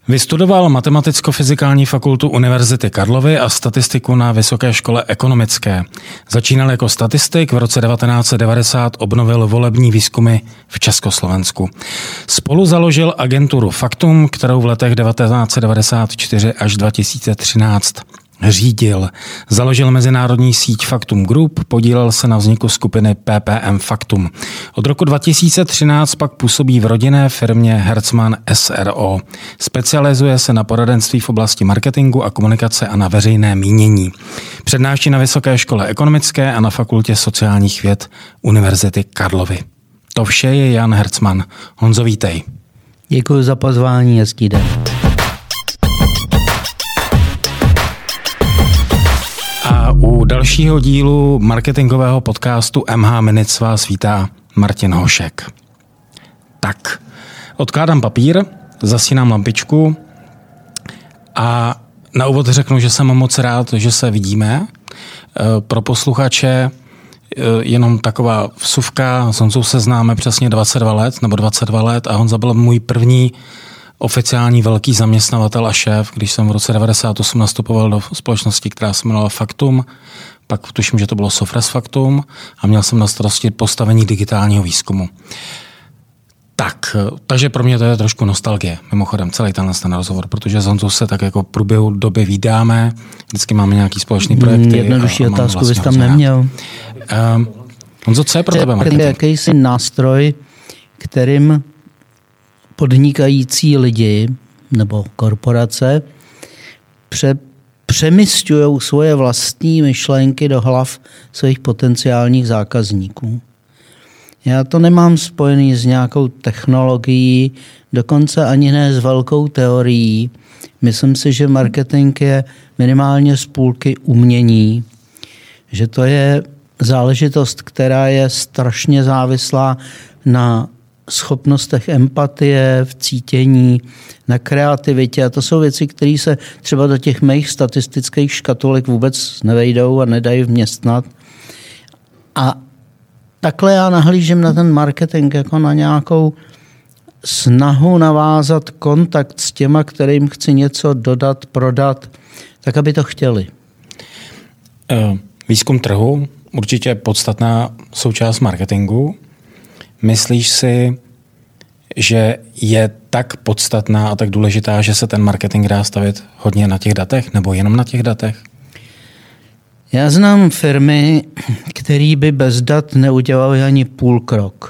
Vystudoval Matematicko-fyzikální fakultu Univerzity Karlovy a statistiku na Vysoké škole ekonomické. Začínal jako statistik, v roce 1990 obnovil volební výzkumy v Československu. Spolu založil agenturu Faktum, kterou v letech 1994 až 2013 řídil. Založil mezinárodní síť Faktum Group, podílel se na vzniku skupiny PPM Faktum. Od roku 2013 pak působí v rodinné firmě Herzmann SRO. Specializuje se na poradenství v oblasti marketingu a komunikace a na veřejné mínění. Přednáší na Vysoké škole ekonomické a na Fakultě sociálních věd Univerzity Karlovy. To vše je Jan Herzmann. Honzo, vítej. Děkuji za pozvání, hezký den. A u dalšího dílu marketingového podcastu MH Minutes vás vítá Martin Hošek. Tak, odkládám papír, zasínám lampičku a na úvod řeknu, že jsem moc rád, že se vidíme. Pro posluchače jenom taková vsuvka, s Honzou se známe přesně 22 let a Honza byl můj první oficiální velký zaměstnavatel a šéf, když jsem v roce 1998 nastupoval do společnosti, která se jmenovala Faktum, pak tuším, že to bylo Sofres Faktum a měl jsem na starosti postavení digitálního výzkumu. Takže pro mě to je trošku nostalgie, mimochodem celý ten rozhovor, protože s Honzou se tak jako v průběhu doby vídáme, vždycky máme nějaký společný projekty. Jednodušší otázku bys tam neměl. Honzo, co je pro tebe marketing? Jakýsi nástroj, kterým podnikající lidi nebo korporace přemysťují svoje vlastní myšlenky do hlav svých potenciálních zákazníků. Já to nemám spojený s nějakou technologií, dokonce ani ne s velkou teorií. Myslím si, že marketing je minimálně z půlky umění, že to je záležitost, která je strašně závislá na schopnostech empatie, v cítění, na kreativitě. A to jsou věci, které se třeba do těch mých statistických škatulek vůbec nevejdou a nedají vměstnat. A takhle já nahlížím na ten marketing jako na nějakou snahu navázat kontakt s těma, kterým chci něco dodat, prodat, tak, aby to chtěli. Výzkum trhu, určitě podstatná součást marketingu. Myslíš si, že je tak podstatná a tak důležitá, že se ten marketing dá stavit hodně na těch datech nebo jenom na těch datech? Já znám firmy, které by bez dat neudělaly ani půl krok.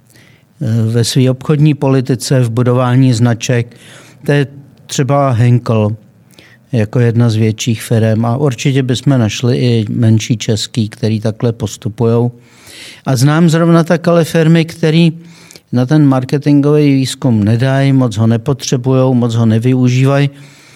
Ve své obchodní politice, v budování značek, to je třeba Henkel jako jedna z větších firm a určitě bychom našli i menší český, který takhle postupujou. A znám zrovna tak ale firmy, které na ten marketingový výzkum nedají, moc ho nepotřebují, moc ho nevyužívají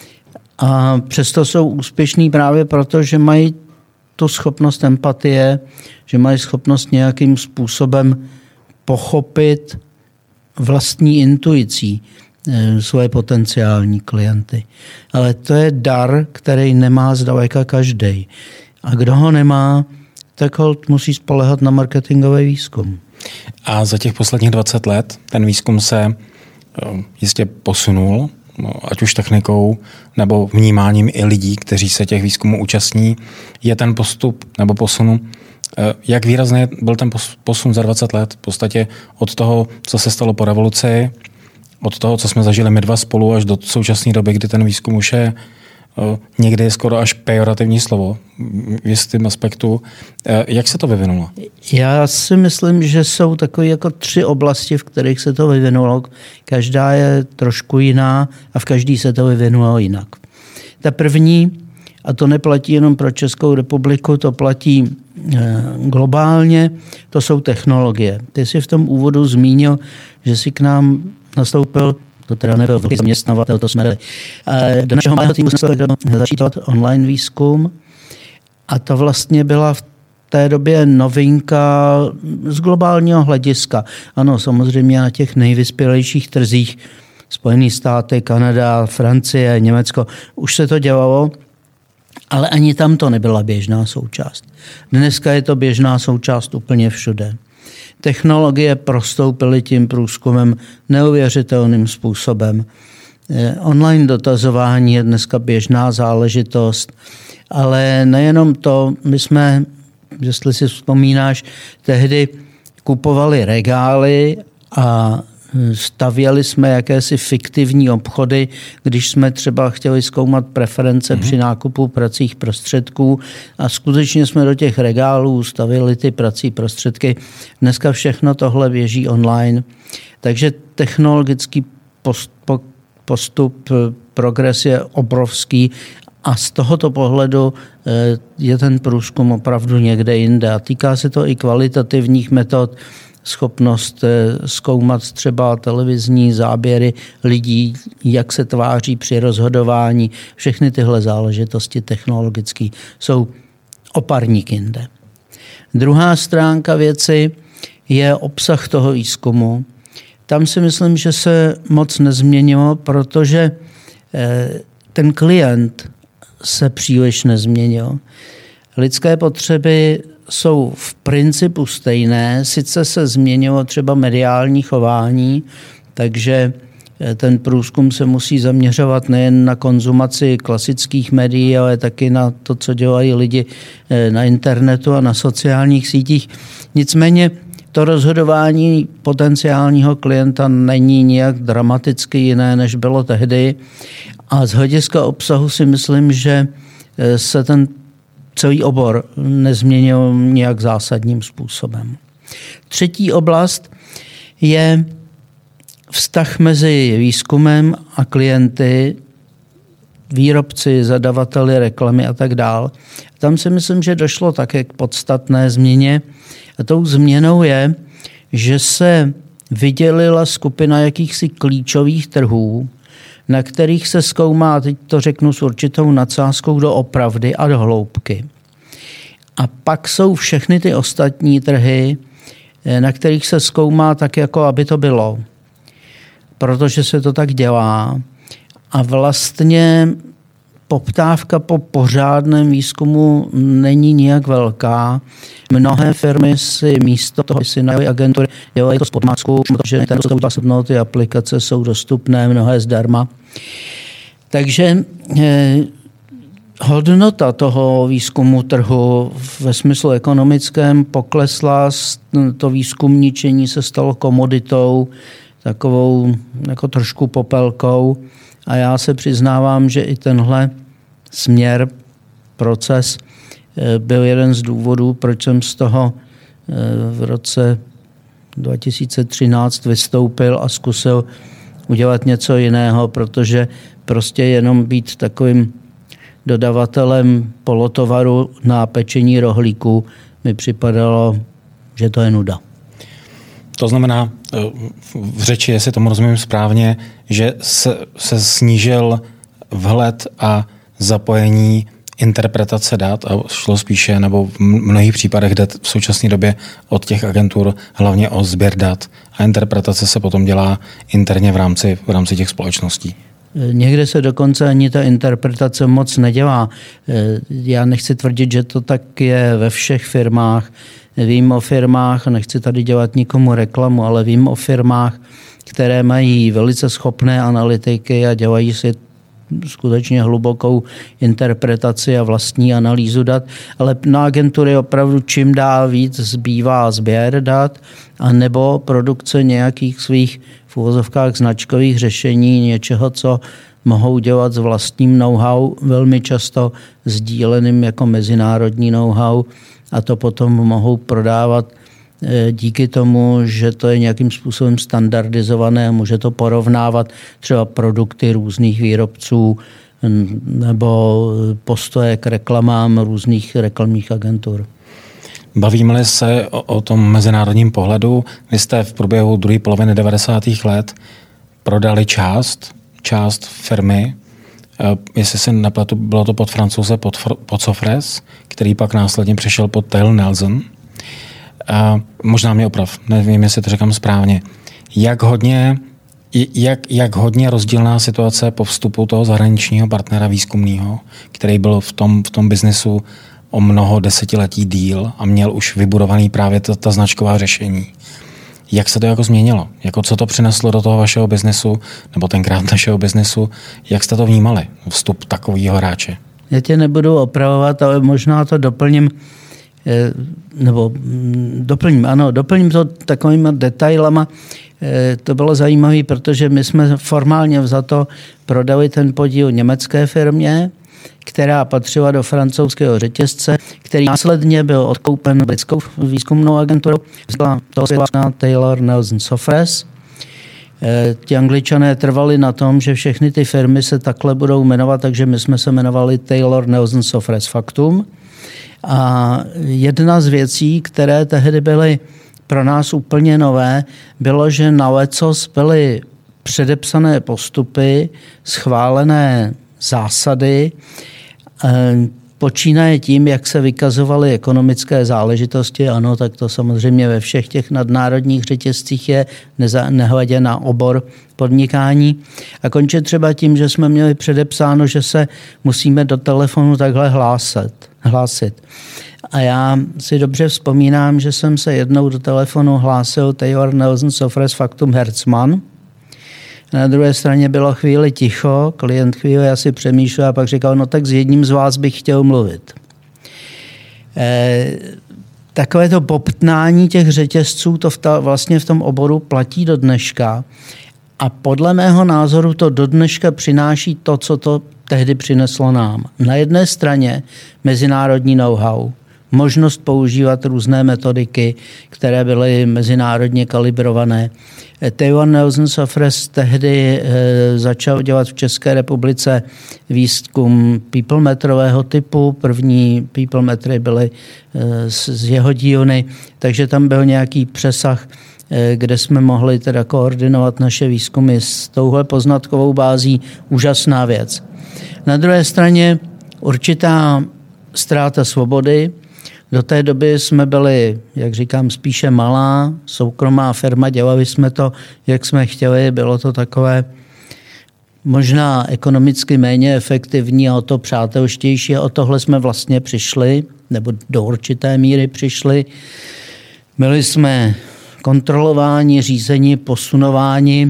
a přesto jsou úspěšní právě proto, že mají tu schopnost empatie, že mají schopnost nějakým způsobem pochopit vlastní intuicí svoje potenciální klienty. Ale to je dar, který nemá zdaleka každý. A kdo ho nemá, tak holt musí spoléhat na marketingový výzkum. A za těch posledních 20 let ten výzkum se jistě posunul, ať už technikou nebo vnímáním i lidí, kteří se těch výzkumů účastní. Je ten postup nebo posunu, jak výrazný byl ten posun za 20 let? V podstatě od toho, co se stalo po revoluci, od toho, co jsme zažili my dva spolu, až do současné doby, kdy ten výzkum už je někdy skoro až pejorativní slovo v jistém aspektu. Jak se to vyvinulo? Já si myslím, že jsou takové jako 3 oblasti, v kterých se to vyvinulo. Každá je trošku jiná a v každý se to vyvinulo jinak. Ta první, a to neplatí jenom pro Českou republiku, to platí globálně, to jsou technologie. Ty jsi v tom úvodu zmínil, že jsi k nám nastoupil, to teda nebyl velký zaměstnavatel, to jsme byli. Do našeho malého týmu jsme začít online výzkum a to vlastně byla v té době novinka z globálního hlediska. Ano, samozřejmě na těch nejvyspělejších trzích, Spojené státy, Kanada, Francie, Německo, už se to dělalo, ale ani tam to nebyla běžná součást. Dneska je to běžná součást úplně všude. Technologie prostoupily tím průzkumem neuvěřitelným způsobem. Online dotazování je dneska běžná záležitost, ale nejenom to, my jsme, jestli si vzpomínáš, tehdy kupovali regály a stavěli jsme jakési fiktivní obchody, když jsme třeba chtěli zkoumat preference při nákupu pracích prostředků a skutečně jsme do těch regálů stavili ty prací prostředky. Dneska všechno tohle běží online, takže technologický postup, progres je obrovský a z tohoto pohledu je ten průzkum opravdu někde jinde. A týká se to i kvalitativních metod, schopnost zkoumat třeba televizní záběry lidí, jak se tváří při rozhodování. Všechny tyhle záležitosti technologické jsou o parník jinde. Druhá stránka věci je obsah toho výzkumu. Tam si myslím, že se moc nezměnilo, protože ten klient se příliš nezměnil. Lidské potřeby jsou v principu stejné, sice se změnilo třeba mediální chování, takže ten průzkum se musí zaměřovat nejen na konzumaci klasických médií, ale taky na to, co dělají lidi na internetu a na sociálních sítích. Nicméně to rozhodování potenciálního klienta není nijak dramaticky jiné, než bylo tehdy. A z hlediska obsahu si myslím, že se ten celý obor nezměnil nějak zásadním způsobem. Třetí oblast je vztah mezi výzkumem a klienty, výrobci, zadavateli reklamy a tak dál. Tam si myslím, že došlo také k podstatné změně. A tou změnou je, že se vydělila skupina jakýchsi klíčových trhů, na kterých se zkoumá, teď to řeknu s určitou nadsázkou, doopravdy a do hloubky. A pak jsou všechny ty ostatní trhy, na kterých se zkoumá tak, jako aby to bylo. Protože se to tak dělá. A vlastně poptávka po pořádném výzkumu není nijak velká. Mnohé firmy si místo toho, si najali agentury, dělají to z podmázku, protože ty aplikace jsou dostupné, mnohé zdarma. Takže hodnota toho výzkumu trhu ve smyslu ekonomickém poklesla, to výzkumničení se stalo komoditou, takovou jako trošku popelkou. A já se přiznávám, že i tenhle směr, proces byl jeden z důvodů, proč jsem z toho v roce 2013 vystoupil a zkusil udělat něco jiného, protože prostě jenom být takovým dodavatelem polotovaru na pečení rohlíků mi připadalo, že to je nuda. To znamená, v řeči, jestli tomu rozumím správně, že se snížil vhled a zapojení interpretace dat a šlo spíše, nebo v mnohých případech jde v současné době od těch agentur hlavně o sběr dat a interpretace se potom dělá interně v rámci těch společností. Někde se dokonce ani ta interpretace moc nedělá. Já nechci tvrdit, že to tak je ve všech firmách. Vím o firmách, nechci tady dělat nikomu reklamu, ale vím o firmách, které mají velice schopné analytiky a dělají si skutečně hlubokou interpretaci a vlastní analýzu dat, ale na agentury opravdu čím dál víc zbývá sběr dat a nebo produkce nějakých svých v uvozovkách značkových řešení, něčeho, co mohou dělat s vlastním know-how, velmi často sdíleným jako mezinárodní know-how a to potom mohou prodávat díky tomu, že to je nějakým způsobem standardizované a může to porovnávat třeba produkty různých výrobců nebo postoje k reklamám různých reklamních agentur. Bavíme-li se o tom mezinárodním pohledu, vy jste v průběhu druhé poloviny 90. let prodali část firmy, jestli se nepletu, bylo to pod Francouze, pod Sofres, který pak následně přešel pod Taylor Nelson. Možná mě oprav, nevím, jestli to říkám správně. Jak hodně rozdílná situace po vstupu toho zahraničního partnera výzkumného, který byl v tom biznesu o mnoho desetiletí díl a měl už vybudovaný právě ta značková řešení. Jak se to jako změnilo? Jako co to přineslo do toho vašeho biznesu, nebo tenkrát našeho biznesu? Jak jste to vnímali, vstup takového hráče? Já tě nebudu opravovat, ale možná to doplním to takovými detailama. To bylo zajímavé, protože my jsme formálně vzato prodali ten podíl německé firmě, která patřila do francouzského řetězce, který následně byl odkoupen britskou výzkumnou agenturou. Byla to Taylor Nelson Sofres. Ti Angličané trvali na tom, že všechny ty firmy se takhle budou jmenovat, takže my jsme se jmenovali Taylor Nelson Sofres Factum. A jedna z věcí, které tehdy byly pro nás úplně nové, bylo, že na lecos byly předepsané postupy, schválené zásady, počínaje tím, jak se vykazovaly ekonomické záležitosti. Ano, tak to samozřejmě ve všech těch nadnárodních řetězcích je, nehledě na obor podnikání. A končí třeba tím, že jsme měli předepsáno, že se musíme do telefonu takhle hlásit. A já si dobře vzpomínám, že jsem se jednou do telefonu hlásil Taylor Nelson Sofres Factum Herzmann. Na druhé straně bylo chvíli ticho, klient chvíli asi přemýšlel a pak říkal, no tak s jedním z vás bych chtěl mluvit. Takové to poptnání těch řetězců to vlastně v tom oboru platí do dneška a podle mého názoru to do dneška přináší to, co to tehdy přineslo nám. Na jedné straně mezinárodní know-how, možnost používat různé metodiky, které byly mezinárodně kalibrované. Taylor Nelson Sofres tehdy začal dělat v České republice výzkum peoplemetrového typu. První peoplemetry byly z jeho dílny, takže tam byl nějaký přesah, kde jsme mohli teda koordinovat naše výzkumy s touhle poznatkovou bází. Úžasná věc. Na druhé straně určitá ztráta svobody. Do té doby jsme byli, jak říkám, spíše malá soukromá firma, dělali jsme to, jak jsme chtěli, bylo to takové možná ekonomicky méně efektivní a o to přátelštější a o tohle jsme vlastně přišli, nebo do určité míry přišli. Byli jsme kontrolováni, řízení, posunováni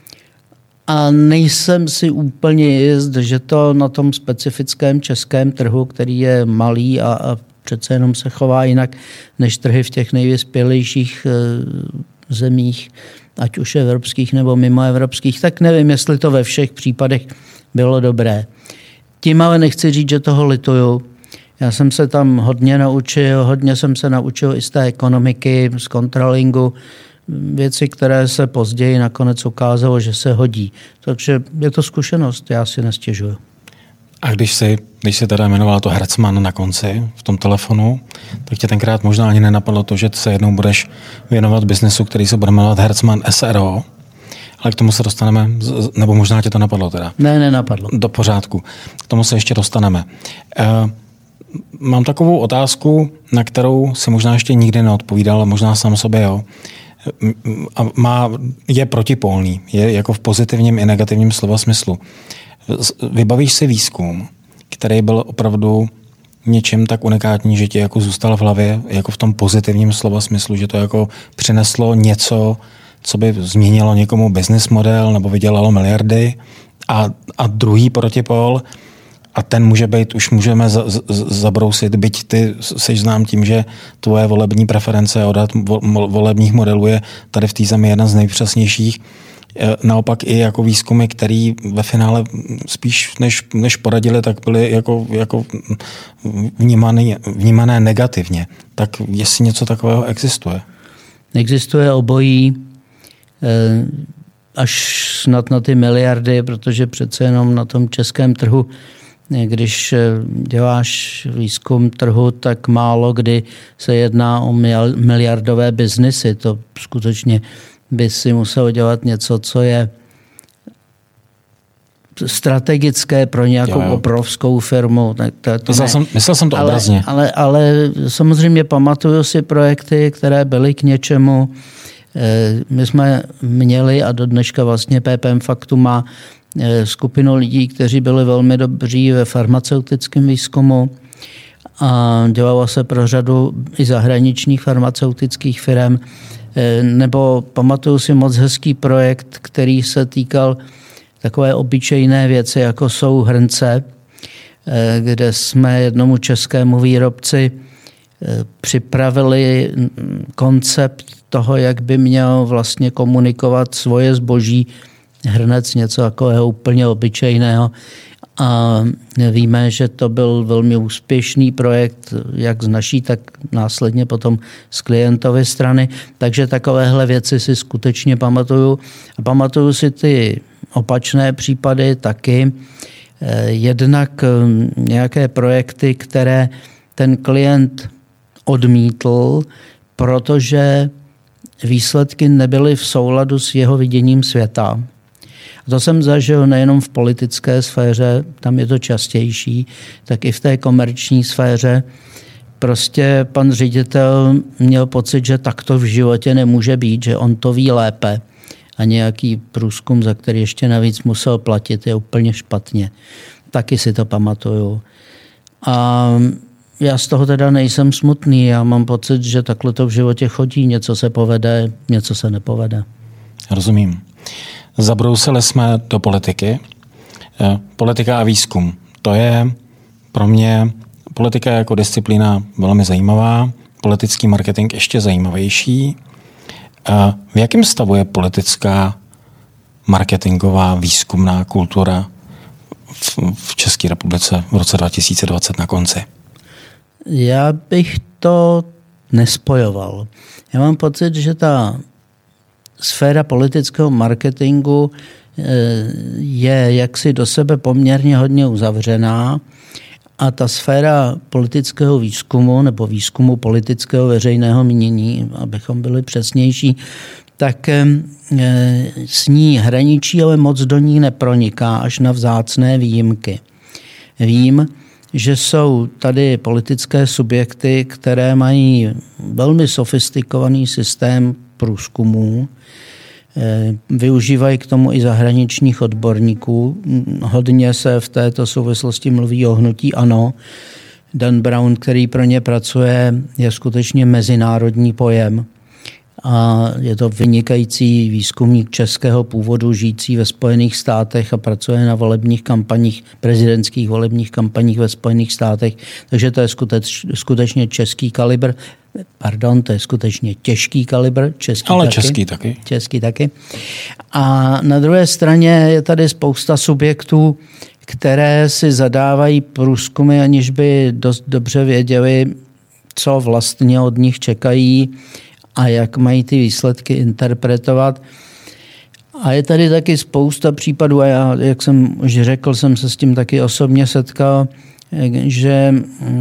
a nejsem si úplně jist, že to na tom specifickém českém trhu, který je malý a přece jenom se chová jinak než trhy v těch nejvyspělejších zemích, ať už evropských nebo mimoevropských, tak nevím, jestli to ve všech případech bylo dobré. Tím ale nechci říct, že toho lituju. Já jsem se tam hodně jsem se naučil i z té ekonomiky, z controllingu, věci, které se později nakonec ukázalo, že se hodí. Takže je to zkušenost, já si nestěžuju. A když si teda jmenoval to Herzmann na konci v tom telefonu, tak tě tenkrát možná ani nenapadlo to, že se jednou budeš věnovat biznesu, který se bude jmenovat Herzmann SRO, ale k tomu se dostaneme, nebo možná tě to napadlo teda? Ne, nenapadlo. Do pořádku. K tomu se ještě dostaneme. Mám takovou otázku, na kterou si možná ještě nikdy neodpovídal, ale možná sám sobě, jo. Je protipolný, je jako v pozitivním i negativním slova smyslu. Vybavíš si výzkum, který byl opravdu něčím tak unikátní, že ti jako zůstal v hlavě, jako v tom pozitivním slova smyslu, že to jako přineslo něco, co by změnilo někomu business model nebo vydělalo miliardy a druhý protipol, a ten může být, už můžeme zabrousit, byť ty seš znám tím, že tvoje volební preference od volebních modelů je tady v té zemi jedna z nejpřesnějších. Naopak i jako výzkumy, který ve finále spíš než poradili, tak byly jako vnímané negativně. Tak jestli něco takového existuje? Existuje obojí, až snad na ty miliardy, protože přece jenom na tom českém trhu, když děláš výzkum trhu, tak málo kdy se jedná o miliardové biznesy. To skutečně by si musel dělat něco, co je strategické pro nějakou obrovskou firmu. Myslel jsem to obrazně. Ale samozřejmě pamatuju si projekty, které byly k něčemu. My jsme měli a do dneška vlastně PPM Factum má skupinu lidí, kteří byli velmi dobří ve farmaceutickém výzkumu a dělalo se pro řadu i zahraničních farmaceutických firm. Nebo pamatuju si moc hezký projekt, který se týkal takové obyčejné věci, jako jsou hrnce, kde jsme jednomu českému výrobci připravili koncept toho, jak by měl vlastně komunikovat svoje zboží hrnec, něco takového úplně obyčejného. A víme, že to byl velmi úspěšný projekt, jak z naší, tak následně potom z klientovy strany. Takže takovéhle věci si skutečně pamatuju. A pamatuju si ty opačné případy taky. Jednak nějaké projekty, které ten klient odmítl, protože výsledky nebyly v souladu s jeho viděním světa. A to jsem zažil nejenom v politické sféře, tam je to častější, tak i v té komerční sféře. Prostě pan ředitel měl pocit, že tak to v životě nemůže být, že on to ví lépe. A nějaký průzkum, za který ještě navíc musel platit, je úplně špatně. Taky si to pamatuju. A já z toho teda nejsem smutný. Já mám pocit, že takhle to v životě chodí. Něco se povede, něco se nepovede. Rozumím. Zabrousili jsme do politiky. Politika a výzkum. To je pro mě politika jako disciplína velmi zajímavá, politický marketing ještě zajímavější. V jakém stavu je politická, marketingová, výzkumná kultura v České republice v roce 2020 na konci? Já bych to nespojoval. Já mám pocit, že ta sféra politického marketingu je jaksi do sebe poměrně hodně uzavřená a ta sféra politického výzkumu nebo výzkumu politického veřejného mínění, abychom byli přesnější, tak s ní hraničí, ale moc do ní neproniká až na vzácné výjimky. Vím, že jsou tady politické subjekty, které mají velmi sofistikovaný systém průzkumů, využívají k tomu i zahraničních odborníků. Hodně se v této souvislosti mluví o hnutí ANO. Dan Brown, který pro ně pracuje, je skutečně mezinárodní pojem. A je to vynikající výzkumník českého původu, žijící ve Spojených státech a pracuje na volebních kampaních, prezidentských volebních kampaních ve Spojených státech. Takže to je skutečně český kalibr. Pardon, to je skutečně těžký kalibr. Ale český taky. Český taky. A na druhé straně je tady spousta subjektů, které si zadávají průzkumy, aniž by dost dobře věděli, co vlastně od nich čekají a jak mají ty výsledky interpretovat. A je tady taky spousta případů, a já, jak jsem už řekl, jsem se s tím taky osobně setkal, že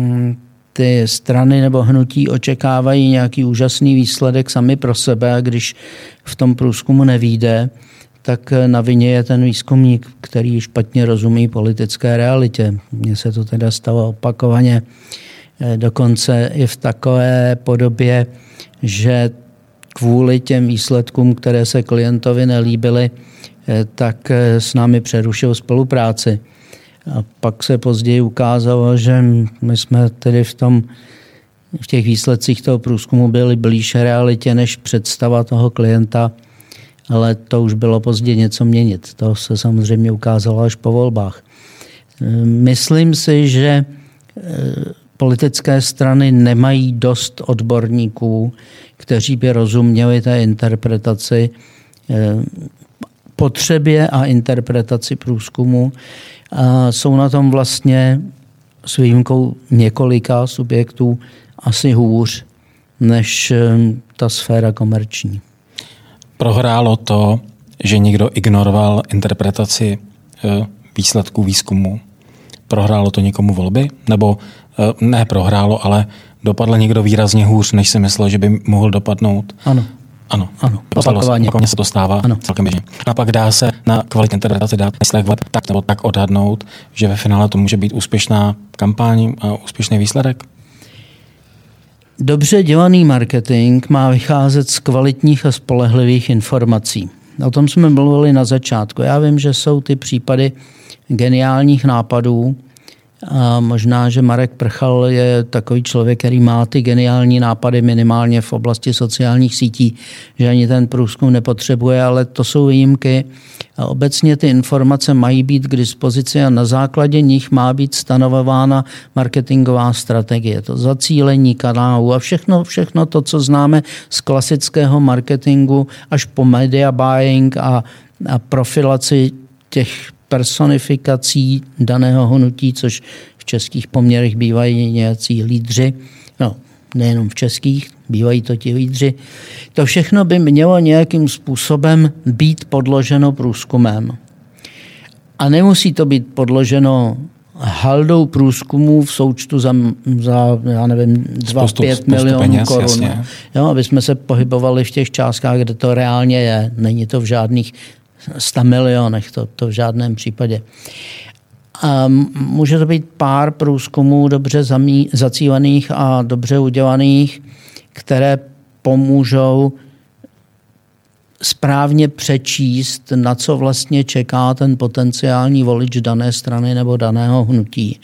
ty strany nebo hnutí očekávají nějaký úžasný výsledek sami pro sebe a když v tom průzkumu nevyjde, tak na vině je ten výzkumník, který špatně rozumí politické realitě. Mně se to teda stalo opakovaně, dokonce i v takové podobě, že kvůli těm výsledkům, které se klientovi nelíbily, tak s námi přerušil spolupráci. A pak se později ukázalo, že my jsme tedy v těch výsledcích toho průzkumu byli blíž realitě než představa toho klienta, ale to už bylo pozdě něco měnit. To se samozřejmě ukázalo až po volbách. Myslím si, že politické strany nemají dost odborníků, kteří by rozuměli té interpretaci, potřebě a interpretaci průzkumu. A jsou na tom vlastně s výjimkou několika subjektů asi hůř než ta sféra komerční. Prohrálo to, že někdo ignoroval interpretaci výsledků výzkumu? Prohrálo to někomu volby? Nebo ne prohrálo, ale dopadl někdo výrazně hůř, než si myslel, že by mohl dopadnout? Ano. Ano, Opakovaně se to stává celkem běžně. A pak dá se na kvalitní interpretaci dát tak nebo tak odhadnout, že ve finále to může být úspěšná kampaň a úspěšný výsledek? Dobře dělaný marketing má vycházet z kvalitních a spolehlivých informací. O tom jsme mluvili na začátku. Já vím, že jsou ty případy geniálních nápadů, A možná, že Marek Prchal je takový člověk, který má ty geniální nápady minimálně v oblasti sociálních sítí, že ani ten průzkum nepotřebuje, ale to jsou výjimky. A obecně ty informace mají být k dispozici a na základě nich má být stanovována marketingová strategie. To zacílení kanálů a všechno to, co známe z klasického marketingu až po media buying a profilaci těch personifikací daného hnutí, což v českých poměrech bývají nějací lídři, no nejenom v českých, bývají to ti lídři. To všechno by mělo nějakým způsobem být podloženo průzkumem. A nemusí to být podloženo haldou průzkumů v součtu za já nevím, 2-5 milionů korun. Jo, aby jsme se pohybovali v těch částkách, kde to reálně je. Není to v žádných 100 milionech, to v žádném případě. A může to být pár průzkumů dobře zacílených a dobře udělaných, které pomůžou správně přečíst, na co vlastně čeká ten potenciální volič dané strany nebo daného hnutí.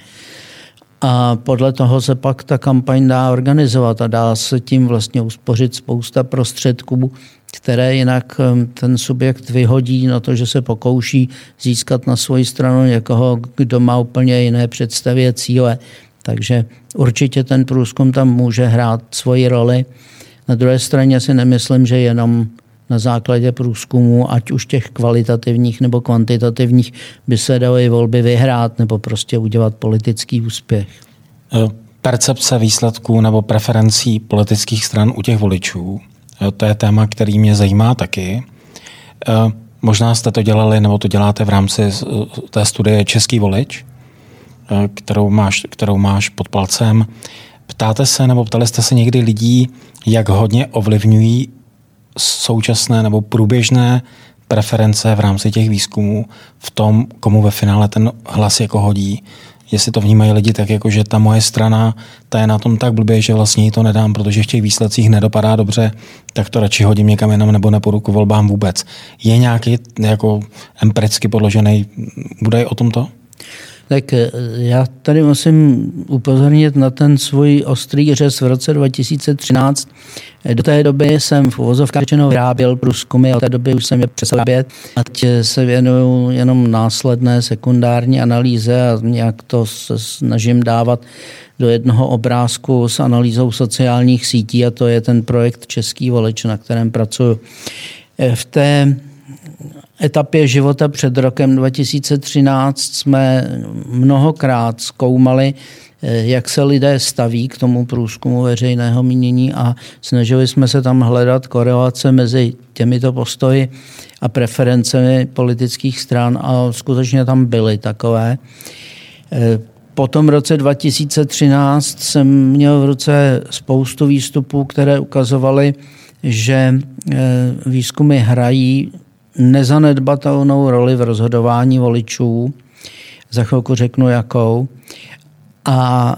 A podle toho se pak ta kampaň dá organizovat a dá se tím vlastně uspořit spousta prostředků, které jinak ten subjekt vyhodí na to, že se pokouší získat na svoji stranu někoho, kdo má úplně jiné představy a cíle. Takže určitě ten průzkum tam může hrát svoji roli. Na druhé straně si nemyslím, že jenom na základě průzkumu, ať už těch kvalitativních nebo kvantitativních, by se daly volby vyhrát nebo prostě udělat politický úspěch. Percepce výsledků nebo preferencí politických stran u těch voličů, to je téma, který mě zajímá taky. Možná jste to dělali, nebo to děláte v rámci té studie Český volič, kterou máš pod palcem. Ptáte se, nebo ptali jste se někdy lidí, jak hodně ovlivňují současné nebo průběžné preference v rámci těch výzkumů v tom, komu ve finále ten hlas jako hodí. Jestli to vnímají lidi tak, jako že ta moje strana, ta je na tom tak blbě, že vlastně jí to nedám, protože v těch výsledcích nedopadá dobře, tak to radši hodím někam jinam nebo nepůjdu k volbám vůbec. Je nějaký jako empiricky podložený údaj o tomto? Tak já tady musím upozornit na ten svůj ostrý řez v roce 2013. Do té doby jsem v uvozovkách řečeno vyráběl průzkumy, od té doby už jsem je přestal vyrábět. A teď se věnuju jenom následné sekundární analýze a nějak to se snažím dávat do jednoho obrázku s analýzou sociálních sítí a to je ten projekt Český volič, na kterém pracuji. V té etapě života před rokem 2013 jsme mnohokrát zkoumali, jak se lidé staví k tomu průzkumu veřejného mínění a snažili jsme se tam hledat korelace mezi těmito postoji a preferencemi politických stran a skutečně tam byly takové. Po tom roce 2013 jsem měl v ruce spoustu výstupů, které ukazovaly, že výzkumy hrají nezanedbatelnou roli v rozhodování voličů. Za chvilku řeknu jakou. A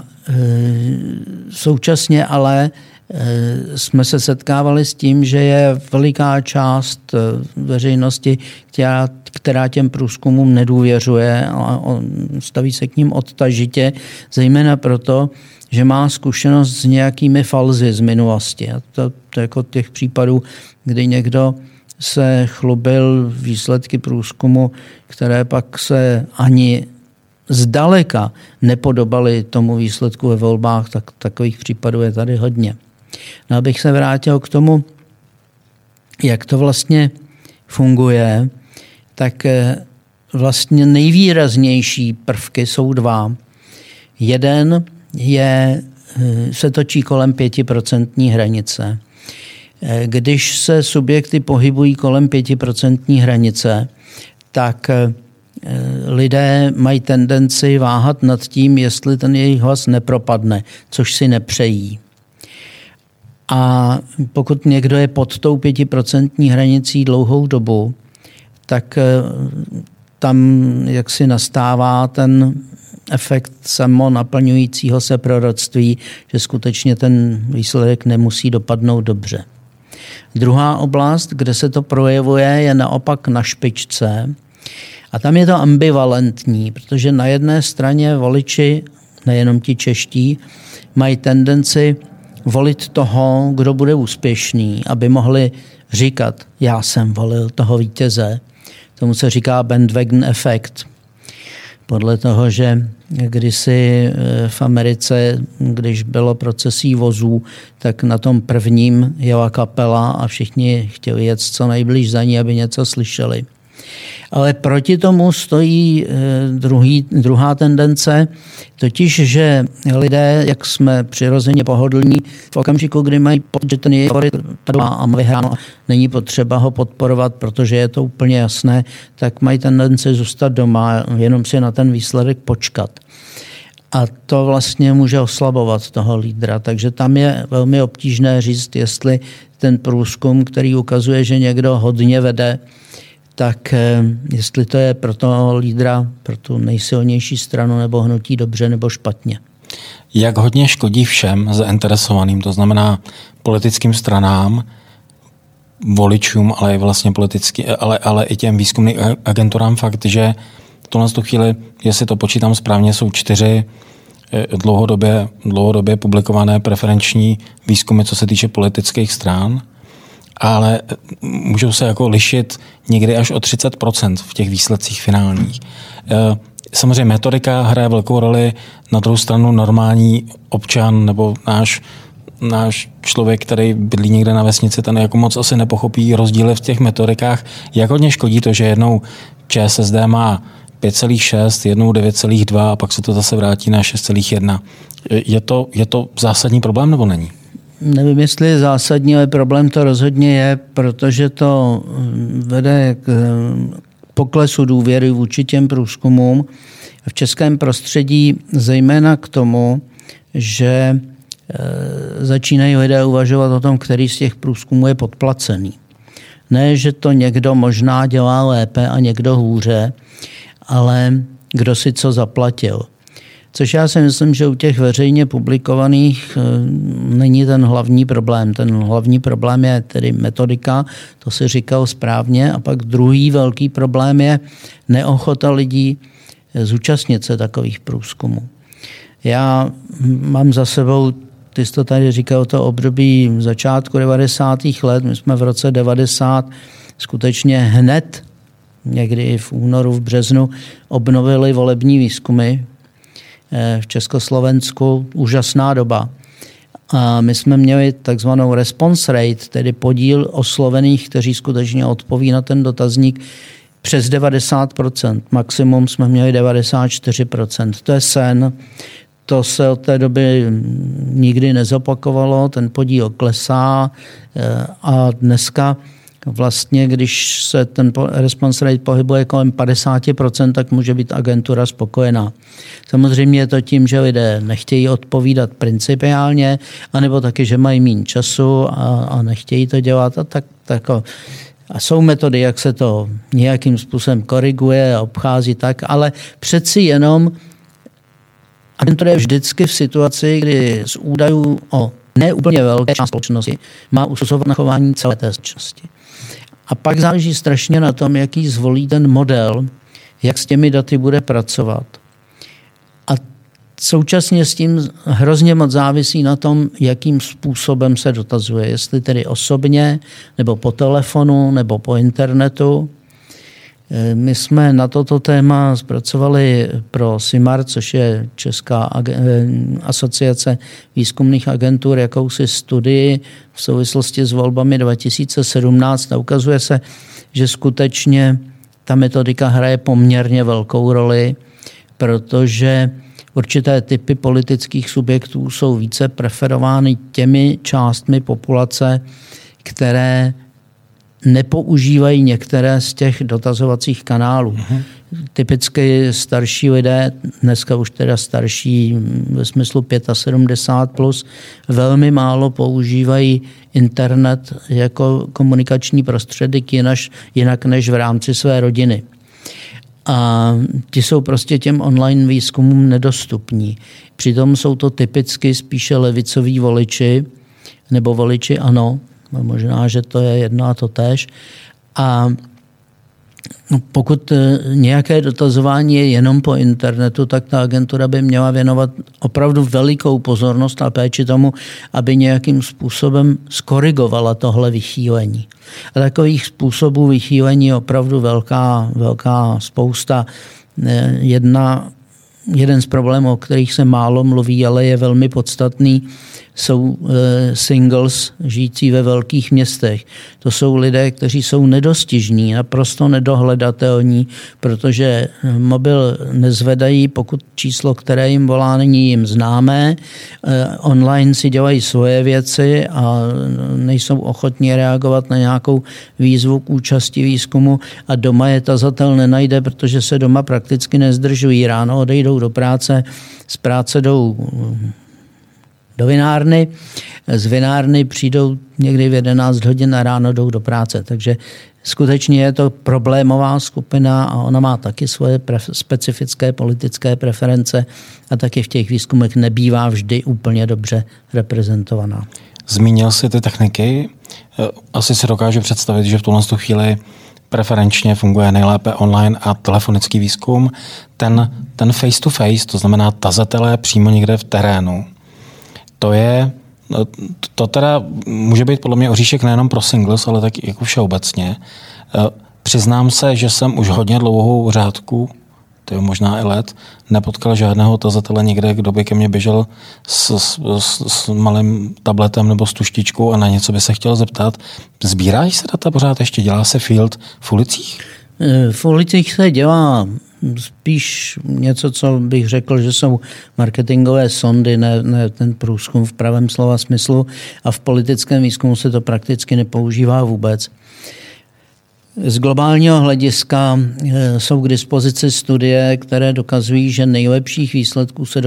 současně ale jsme se setkávali s tím, že je veliká část veřejnosti, která těm průzkumům nedůvěřuje a staví se k ním odtažitě, zejména proto, že má zkušenost s nějakými falzy z minulosti. A to jako těch případů, kdy někdo se chlubil výsledky průzkumu, které pak se ani zdaleka nepodobaly tomu výsledku ve volbách, tak takových případů je tady hodně. No, abych se vrátil k tomu, jak to vlastně funguje, tak vlastně nejvýraznější prvky jsou dva. Jeden se točí kolem 5% hranice. Když se subjekty pohybují kolem 5% hranice, tak lidé mají tendenci váhat nad tím, jestli ten jejich hlas nepropadne, což si nepřejí. A pokud někdo je pod tou 5% hranicí dlouhou dobu, tak tam jaksi nastává ten efekt samonaplňujícího se proroctví, že skutečně ten výsledek nemusí dopadnout dobře. Druhá oblast, kde se to projevuje, je naopak na špičce. A tam je to ambivalentní, protože na jedné straně voliči, nejenom ti čeští, mají tendenci volit toho, kdo bude úspěšný, aby mohli říkat, já jsem volil toho vítěze. Tomu se říká bandwagon efekt. Podle toho, že kdysi v Americe, když bylo procesí vozů, tak na tom prvním jela kapela a všichni chtěli jet co nejblíž za ní, aby něco slyšeli. Ale proti tomu stojí druhá tendence, totiž, že lidé, jak jsme přirozeně pohodlní, v okamžiku, kdy mají pocit, že ten jejich favorit a vyhráno, není potřeba ho podporovat, protože je to úplně jasné, tak mají tendenci zůstat doma, jenom si na ten výsledek počkat. A to vlastně může oslabovat toho lídra. Takže tam je velmi obtížné říct, jestli ten průzkum, který ukazuje, že někdo hodně vede, tak jestli to je pro toho lídra, pro tu nejsilnější stranu nebo hnutí dobře nebo špatně. Jak hodně škodí všem zainteresovaným, to znamená politickým stranám, voličům, ale i vlastně ale i těm výzkumným agenturám fakt, že v tuhle chvíli, jestli to počítám správně, jsou 4 dlouhodobě publikované preferenční výzkumy, co se týče politických stran, ale můžou se jako lišit někdy až o 30% v těch výsledcích finálních. Samozřejmě metodika hraje velkou roli, na druhou stranu normální občan nebo náš člověk, který bydlí někde na vesnici, ten jako moc asi nepochopí rozdíly v těch metodikách. Jak hodně škodí to, že jednou ČSSD má 5,6, jednou 9,2 a pak se to zase vrátí na 6,1. Je to zásadní problém nebo není? Nevím, jestli je zásadní, ale problém to rozhodně je, protože to vede k poklesu důvěry vůči těm průzkumům v českém prostředí, zejména k tomu, že začínají lidé uvažovat o tom, který z těch průzkumů je podplacený. Ne, že to někdo možná dělá lépe a někdo hůře, ale kdo si co zaplatil. Což já si myslím, že u těch veřejně publikovaných není ten hlavní problém. Ten hlavní problém je tedy metodika, to si říkal správně, a pak druhý velký problém je neochota lidí zúčastnit se takových průzkumů. Já mám za sebou, ty jsi to tady říkal, to období začátku 90. let, my jsme v roce 90 skutečně hned, někdy v únoru, v březnu, obnovili volební výzkumy v Československu, úžasná doba. A my jsme měli takzvanou response rate, tedy podíl oslovených, kteří skutečně odpoví na ten dotazník, přes 90%. Maximum jsme měli 94%. To je sen. To se od té doby nikdy nezopakovalo, ten podíl klesá a dneska vlastně, když se ten response rate pohybuje kolem 50%, tak může být agentura spokojená. Samozřejmě je to tím, že lidé nechtějí odpovídat principiálně, anebo taky, že mají méně času a nechtějí to dělat. A jsou metody, jak se to nějakým způsobem koriguje a obchází tak, ale přeci jenom agentura je vždycky v situaci, kdy z údajů o neúplně velké části společnosti má usuzovat na chování celé té společnosti. A pak záleží strašně na tom, jaký zvolí ten model, jak s těmi daty bude pracovat. A současně s tím hrozně moc závisí na tom, jakým způsobem se dotazuje. Jestli tedy osobně, nebo po telefonu, nebo po internetu. My jsme na toto téma zpracovali pro SIMAR, což je Česká asociace výzkumných agentur, jakousi studii v souvislosti s volbami 2017. A ukazuje se, že skutečně ta metodika hraje poměrně velkou roli, protože určité typy politických subjektů jsou více preferovány těmi částmi populace, které nepoužívají některé z těch dotazovacích kanálů. Typicky starší lidé, dneska už teda starší ve smyslu 75+, velmi málo používají internet jako komunikační prostředek jinak než v rámci své rodiny. A ti jsou prostě těm online výzkumům nedostupní. Přitom jsou to typicky spíše levicoví voliči nebo voliči ANO, možná, že to je jedno a to též. A No, pokud nějaké dotazování je jenom po internetu, tak ta agentura by měla věnovat opravdu velikou pozornost a péči tomu, aby nějakým způsobem skorigovala tohle vychýlení. A takových způsobů vychýlení je opravdu velká spousta. Jeden z problémů, o kterých se málo mluví, ale je velmi podstatný, jsou singles žijící ve velkých městech. To jsou lidé, kteří jsou nedostižní, naprosto nedohledatelní, protože mobil nezvedají, pokud číslo, které jim volá, není jim známé. Online si dělají svoje věci a nejsou ochotní reagovat na nějakou výzvu k účasti výzkumu a doma je tazatel nenajde, protože se doma prakticky nezdržují. Ráno odejdou do práce, z práce jdou do vinárny, z vinárny přijdou někdy v 11 hodin a ráno jdou do práce. Takže skutečně je to problémová skupina a ona má taky svoje specifické politické preference a taky v těch výzkumech nebývá vždy úplně dobře reprezentovaná. Zmínil jsi ty techniky. Asi si dokážu představit, že v tuhle chvíli preferenčně funguje nejlépe online a telefonický výzkum. Ten face to face, to znamená tazatelé přímo někde v terénu, to teda může být podle mě oříšek nejenom pro singles, ale taky jako všeobecně. Přiznám se, že jsem už hodně dlouhou řádku, to je možná i let, nepotkal žádného tazatele někde, kdo by ke mně běžel s malým tabletem nebo s tuštičkou a na něco by se chtěl zeptat. Sbíráš se data pořád ještě? Dělá se field v ulicích? V ulicích se dělá spíš něco, co bych řekl, že jsou marketingové sondy, ne ten průzkum v pravém slova smyslu, a v politickém výzkumu se to prakticky nepoužívá vůbec. Z globálního hlediska jsou k dispozici studie, které dokazují, že nejlepších výsledků se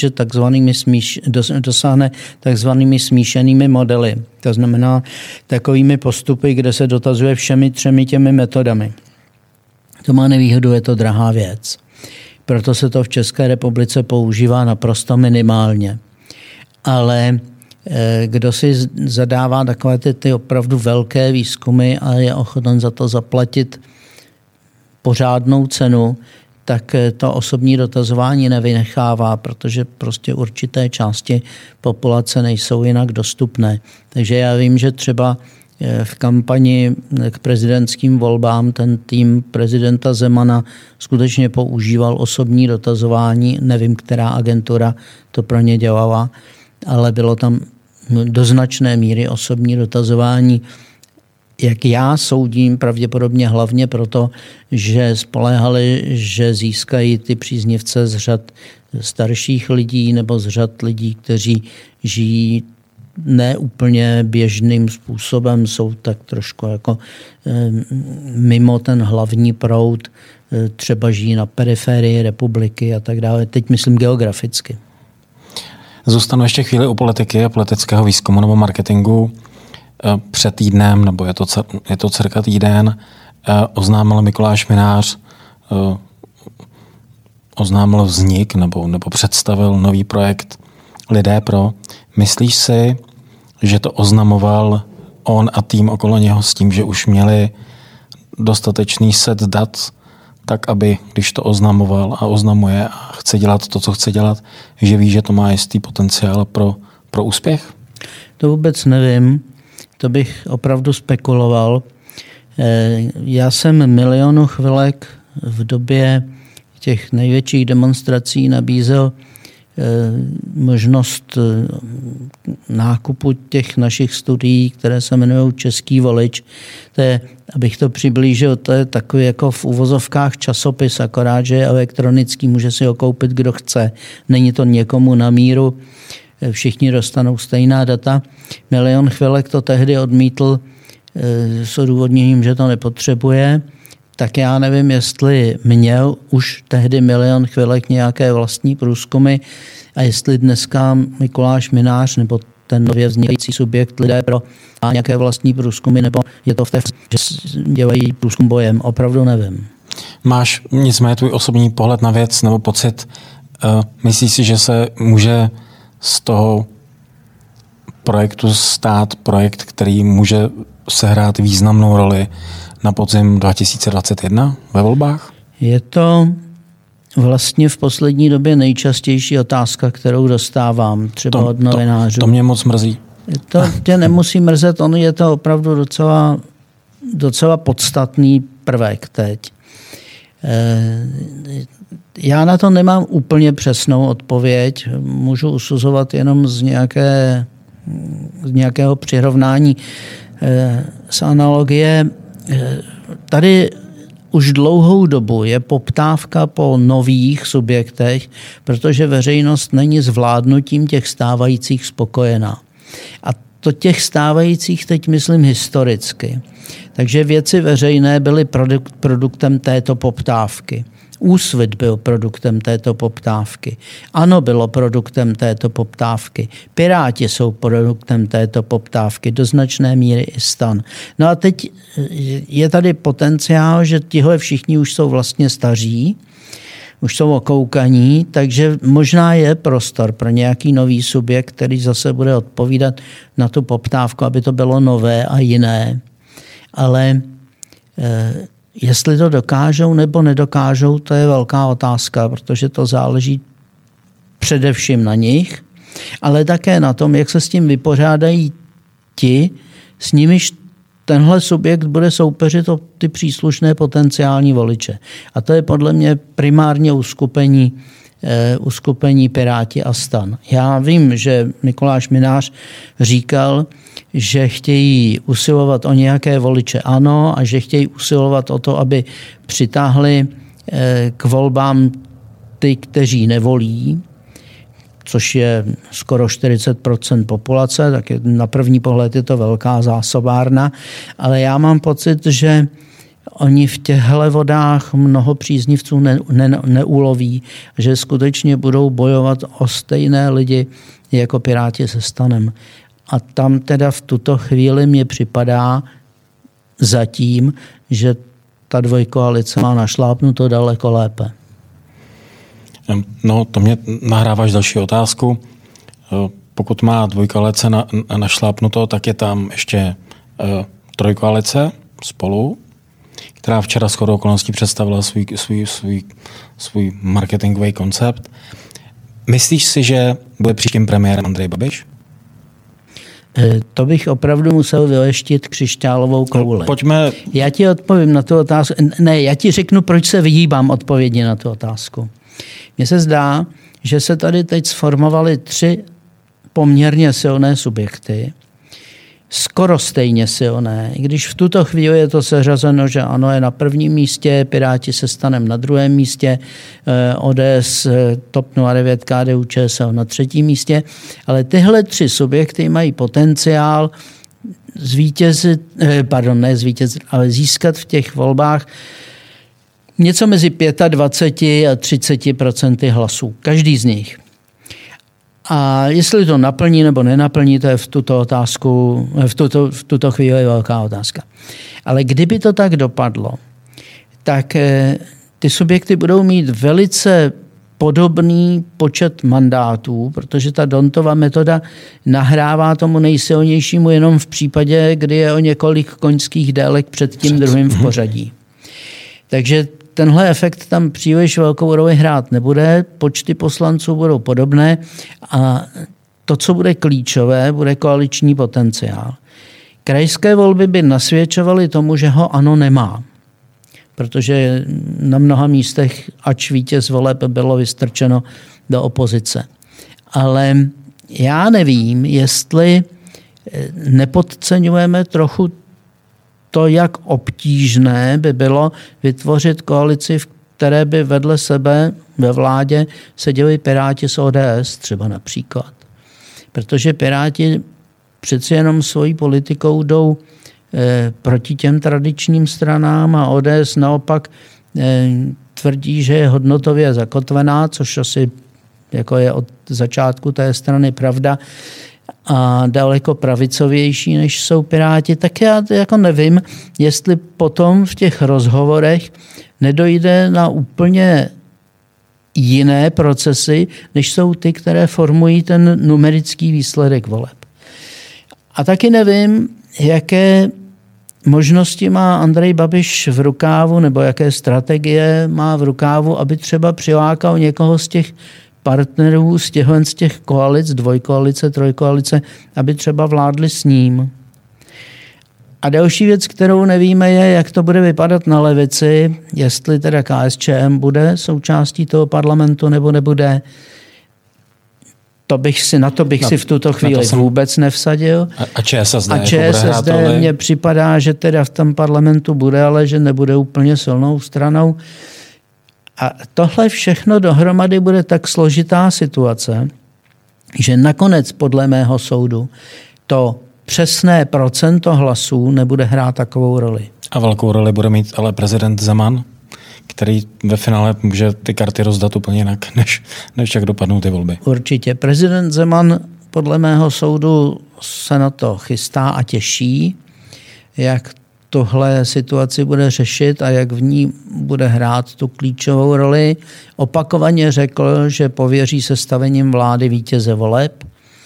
dosáhne takzvanými smíšenými modely. To znamená takovými postupy, kde se dotazuje všemi 3 těmi metodami. To má nevýhodu, je to drahá věc. Proto se to v České republice používá naprosto minimálně. Ale kdo si zadává takové ty opravdu velké výzkumy a je ochoten za to zaplatit pořádnou cenu, tak to osobní dotazování nevynechává, protože prostě určité části populace nejsou jinak dostupné. Takže já vím, že třeba v kampani k prezidentským volbám ten tým prezidenta Zemana skutečně používal osobní dotazování. Nevím, která agentura to pro ně dělala, ale bylo tam do značné míry osobní dotazování. Jak já soudím, pravděpodobně hlavně proto, že spoléhali, že získají ty příznivce z řad starších lidí nebo z řad lidí, kteří žijí ne úplně běžným způsobem, jsou tak trošku jako mimo ten hlavní proud, třeba žijí na periferii republiky a tak dále. Teď myslím geograficky. Zůstanu ještě chvíli u politiky a politického výzkumu nebo marketingu. Před týdnem, nebo je to cirka týden, oznámil Mikuláš Mynář, oznámil vznik nebo představil nový projekt Lidé pro. Myslíš si, že to oznamoval on a tým okolo něho s tím, že už měli dostatečný set dat, tak aby, když to oznamoval a oznamuje a chce dělat to, co chce dělat, že ví, že to má jistý potenciál pro úspěch? To vůbec nevím. To bych opravdu spekuloval. Já jsem Milionu chvilek v době těch největších demonstrací nabízel možnost nákupu těch našich studií, které se jmenují Český volič. To je, abych to přiblížil, to je takový jako v uvozovkách časopis, akorát, že je elektronický, může si ho koupit, kdo chce. Není to někomu na míru, všichni dostanou stejná data. Milion chvilek to tehdy odmítl s odůvodněním, že to nepotřebuje. Tak já nevím, jestli měl už tehdy Milion chvilek nějaké vlastní průzkumy a jestli dneska Mikuláš Mynář nebo ten nově vznikající subjekt Lidé pro má nějaké vlastní průzkumy, nebo je to v té, že dělají průzkum bojem. Opravdu nevím. Máš nicméně tvůj osobní pohled na věc nebo pocit? Myslíš si, že se může z toho projektu stát projekt, který může sehrát významnou roli na podzim 2021 ve volbách? Je to vlastně v poslední době nejčastější otázka, kterou dostávám třeba od novinářů. To mě moc mrzí. To tě nemusí mrzet, je to opravdu docela podstatný prvek teď. Já na to nemám úplně přesnou odpověď, můžu usuzovat jenom z nějakého přirovnání, z analogie. Tady už dlouhou dobu je poptávka po nových subjektech, protože veřejnost není s vládnutím těch stávajících spokojená. A to těch stávajících teď myslím historicky. Takže věci veřejné byly produktem této poptávky. Úsvit byl produktem této poptávky. ANO bylo produktem této poptávky. Piráti jsou produktem této poptávky, do značné míry i STAN. No a teď je tady potenciál, že tihle všichni už jsou vlastně staří, už jsou okoukaní, takže možná je prostor pro nějaký nový subjekt, který zase bude odpovídat na tu poptávku, aby to bylo nové a jiné. Ale jestli to dokážou nebo nedokážou, to je velká otázka, protože to záleží především na nich, ale také na tom, jak se s tím vypořádají ti, s nimiž tenhle subjekt bude soupeřit o ty příslušné potenciální voliče. A to je podle mě primárně uskupení Piráti a STAN. Já vím, že Mikuláš Mynář říkal, že chtějí usilovat o nějaké voliče ANO a že chtějí usilovat o to, aby přitáhli k volbám ty, kteří nevolí, což je skoro 40% populace, tak na první pohled je to velká zásobárna, ale já mám pocit, že oni v těchto vodách mnoho příznivců neuloví, že skutečně budou bojovat o stejné lidi jako Piráti se STANem. A tam teda v tuto chvíli mně připadá zatím, že ta dvojkoalice má našlápnuto daleko lépe. No, to mě nahráváš další otázku. Pokud má dvojkoalice našlápnuto, tak je tam ještě trojkoalice Spolu, která včera shodou okolností představila svůj marketingový koncept. Myslíš si, že bude příštím premiérem Andrej Babiš? To bych opravdu musel vyleštit křišťálovou kouli. Pojďme. Já ti odpovím na tu otázku. Ne, já ti řeknu, proč se vyhýbám odpovědi na tu otázku. Mně se zdá, že se tady teď sformovaly 3 poměrně silné subjekty, skoro stejně silné, i když v tuto chvíli je to seřazeno, že ANO je na prvním místě, Piráti se STANem na druhém místě, ODS, TOP 09, KDU-ČSL na třetím místě, ale tyhle 3 subjekty mají potenciál získat v těch volbách něco mezi 25 a 30% hlasů. Každý z nich. A jestli to naplní nebo nenaplní, to je v tuto chvíli velká otázka. Ale kdyby to tak dopadlo, tak ty subjekty budou mít velice podobný počet mandátů, protože ta D'Hondtova metoda nahrává tomu nejsilnějšímu jenom v případě, kdy je o několik koňských délek před tím druhým v pořadí. Takže tenhle efekt tam příliš velkou roli hrát nebude, počty poslanců budou podobné a to, co bude klíčové, bude koaliční potenciál. Krajské volby by nasvědčovaly tomu, že ho ANO nemá, protože na mnoha místech, ač vítěz voleb bylo vystrčeno do opozice. Ale já nevím, jestli nepodceňujeme trochu to, jak obtížné by bylo vytvořit koalici, v které by vedle sebe ve vládě seděli Piráti s ODS třeba například. Protože Piráti přeci jenom svojí politikou jdou proti těm tradičním stranám a ODS naopak tvrdí, že je hodnotově zakotvená, což asi jako je od začátku té strany pravda, a daleko pravicovější, než jsou Piráti, tak já jako nevím, jestli potom v těch rozhovorech nedojde na úplně jiné procesy, než jsou ty, které formují ten numerický výsledek voleb. A taky nevím, jaké možnosti má Andrej Babiš v rukávu, nebo jaké strategie má v rukávu, aby třeba přilákal někoho z těch partnerů, z těch koalic, dvojkoalice, trojkoalice, aby třeba vládli s ním. A další věc, kterou nevíme, je, jak to bude vypadat na levici, jestli teda KSČM bude součástí toho parlamentu nebo nebude. Na to bych si v tuto chvíli vůbec nevsadil. A ČSSD, ČSSD mně připadá, že teda v tom parlamentu bude, ale že nebude úplně silnou stranou. A tohle všechno dohromady bude tak složitá situace, že nakonec podle mého soudu to přesné procento hlasů nebude hrát takovou roli. A velkou roli bude mít ale prezident Zeman, který ve finále může ty karty rozdat úplně jinak, než jak dopadnou ty volby. Určitě. Prezident Zeman podle mého soudu se na to chystá a těší, jak tohle situaci bude řešit a jak v ní bude hrát tu klíčovou roli. Opakovaně řekl, že pověří sestavením vlády vítěze voleb.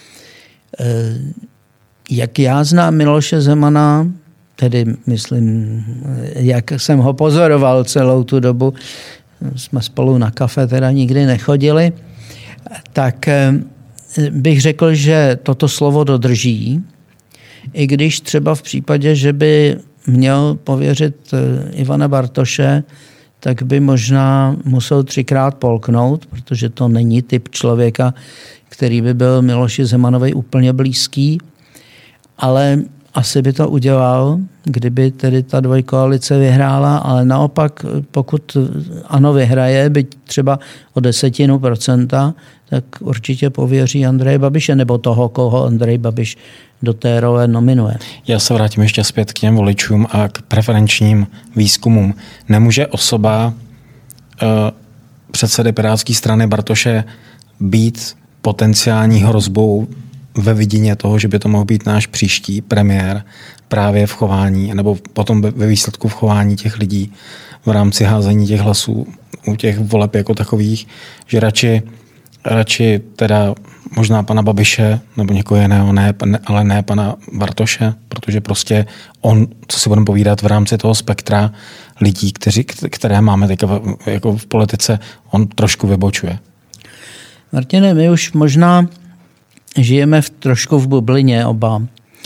Jak já znám Miloše Zemana, tedy myslím, jak jsem ho pozoroval celou tu dobu, jsme spolu na kafe teda nikdy nechodili, tak bych řekl, že toto slovo dodrží, i když třeba v případě, že by měl pověřit Ivana Bartoše, tak by možná musel 3krát polknout, protože to není typ člověka, který by byl Miloši Zemanovi úplně blízký, ale asi by to udělal, kdyby tedy ta dvojkoalice vyhrála, ale naopak, pokud ANO vyhraje, byť třeba o 10%, tak určitě pověří Andreje Babiše nebo toho, koho Andrej Babiš do té role nominuje. Já se vrátím ještě zpět k těm voličům a k preferenčním výzkumům. Nemůže osoba předsedy Pirátské strany Bartoše být potenciální hrozbou ve vidině toho, že by to mohl být náš příští premiér právě v chování, nebo potom ve výsledku v chování těch lidí v rámci házení těch hlasů u těch voleb jako takových, že radši teda možná pana Babiše nebo někoho jiného, ale ne pana Bartoše, protože prostě on, co si budeme povídat v rámci toho spektra lidí, které máme teď jako v politice, on trošku vybočuje. Martine, my už možná žijeme trošku v bublině oba.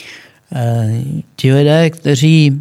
Ti lidé, kteří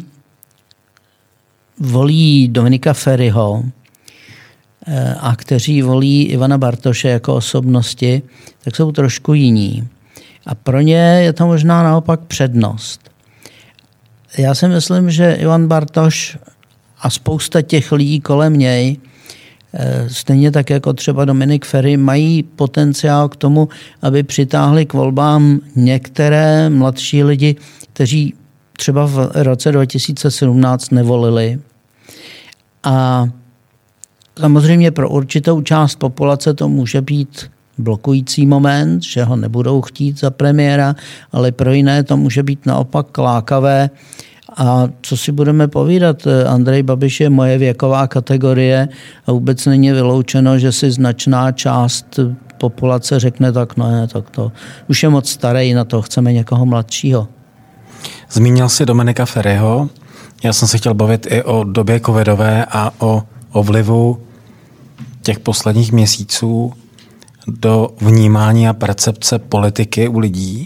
volí Dominika Feriho a kteří volí Ivana Bartoše jako osobnosti, tak jsou trošku jiní. A pro ně je to možná naopak přednost. Já si myslím, že Ivan Bartoš a spousta těch lidí kolem něj, stejně tak jako třeba Dominik Feri, mají potenciál k tomu, aby přitáhli k volbám některé mladší lidi, kteří třeba v roce 2017 nevolili. A samozřejmě pro určitou část populace to může být blokující moment, že ho nebudou chtít za premiéra, ale pro jiné to může být naopak lákavé. A co si budeme povídat, Andrej Babiš je moje věková kategorie a vůbec není vyloučeno, že si značná část populace řekne, tak ne, tak to už je moc starý, na to chceme někoho mladšího. Zmínil jsi Dominika Feriho. Já jsem se chtěl bavit i o době covidové a o vlivu těch posledních měsíců do vnímání a percepce politiky u lidí.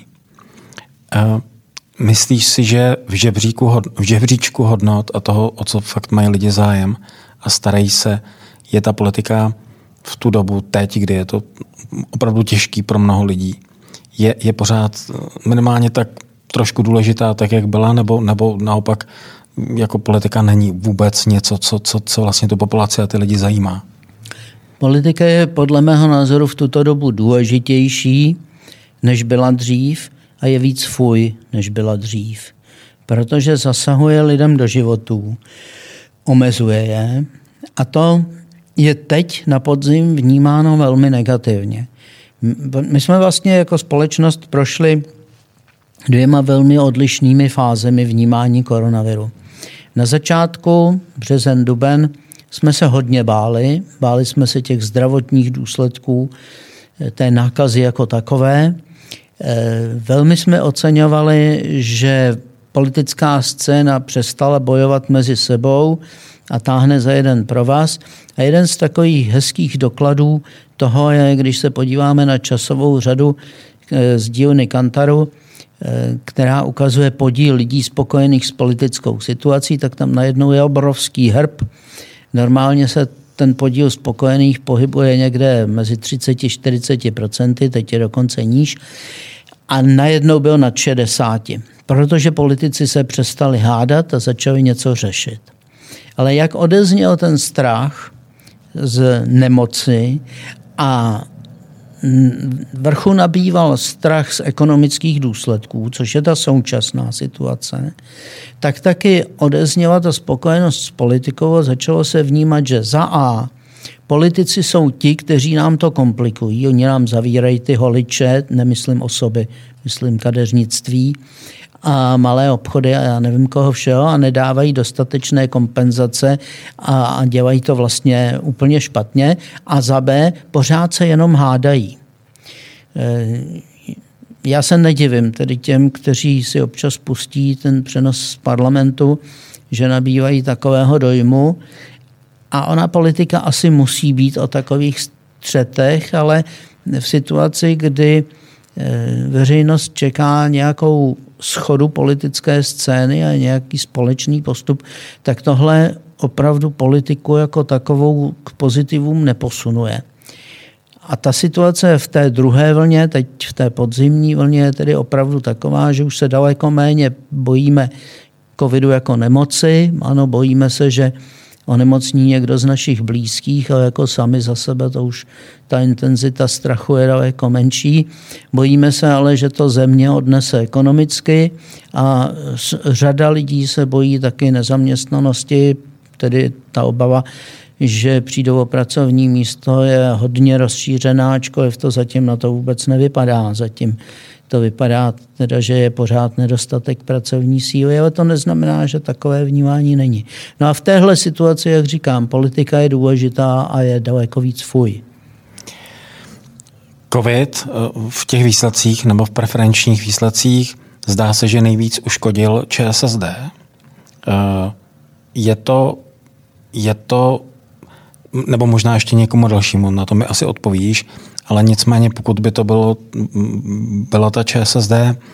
Myslíš si, že v žebříčku hodnot a toho, o co fakt mají lidi zájem a starají se, je ta politika v tu dobu teď, kdy je to opravdu těžký pro mnoho lidí, je pořád minimálně tak trošku důležitá, tak jak byla, nebo naopak jako politika není vůbec něco, co vlastně tu populaci a ty lidi zajímá? Politika je podle mého názoru v tuto dobu důležitější, než byla dřív, a je víc fuj, než byla dřív. Protože zasahuje lidem do životů, omezuje je a to je teď na podzim vnímáno velmi negativně. My jsme vlastně jako společnost prošli 2 velmi odlišnými fázemi vnímání koronaviru. Na začátku, březen, duben, jsme se hodně báli. Báli jsme se těch zdravotních důsledků té nákazy jako takové. Velmi jsme oceňovali, že politická scéna přestala bojovat mezi sebou a táhne za jeden provaz. A jeden z takových hezkých dokladů toho je, když se podíváme na časovou řadu z dílny Kantaru, která ukazuje podíl lidí spokojených s politickou situací, tak tam najednou je obrovský hrb. Normálně se ten podíl spokojených pohybuje někde mezi 30-40%, teď je dokonce níž. A najednou byl nad 60%, protože politici se přestali hádat a začali něco řešit. Ale jak odezněl ten strach z nemoci a vrchu nabýval strach z ekonomických důsledků, což je ta současná situace, tak taky odezněla ta spokojenost s politikou a začalo se vnímat, že za A politici jsou ti, kteří nám to komplikují. Oni nám zavírají ty holiče, nemyslím osoby, myslím kadeřnictví a malé obchody a já nevím koho všeho a nedávají dostatečné kompenzace a dělají to vlastně úplně špatně. A za B pořád se jenom hádají. Já se nedivím tedy těm, kteří si občas pustí ten přenos z parlamentu, že nabývají takového dojmu. A ona politika asi musí být o takových střetech, ale v situaci, kdy veřejnost čeká nějakou schodu politické scény a nějaký společný postup, tak tohle opravdu politiku jako takovou k pozitivům neposunuje. A ta situace v té druhé vlně, teď v té podzimní vlně je tedy opravdu taková, že už se daleko méně bojíme covidu jako nemoci. Ano, bojíme se, že onemocní někdo z našich blízkých, ale jako sami za sebe to už ta intenzita strachu je daleko menší. Bojíme se ale, že to země odnese ekonomicky a řada lidí se bojí taky nezaměstnanosti, tedy ta obava, že přijdou o pracovní místo, je hodně rozšířená, ačkoliv to zatím na to vůbec nevypadá. Zatím to vypadá teda, že je pořád nedostatek pracovní síly, ale to neznamená, že takové vnímání není. No a v téhle situaci, jak říkám, politika je důležitá a je daleko víc fuj. Covid v těch výsledcích nebo v preferenčních výsledcích zdá se, že nejvíc uškodil ČSSD. Je to nebo možná ještě někomu dalšímu, na to mi asi odpovíš, ale nicméně pokud by to byla ta ČSSD,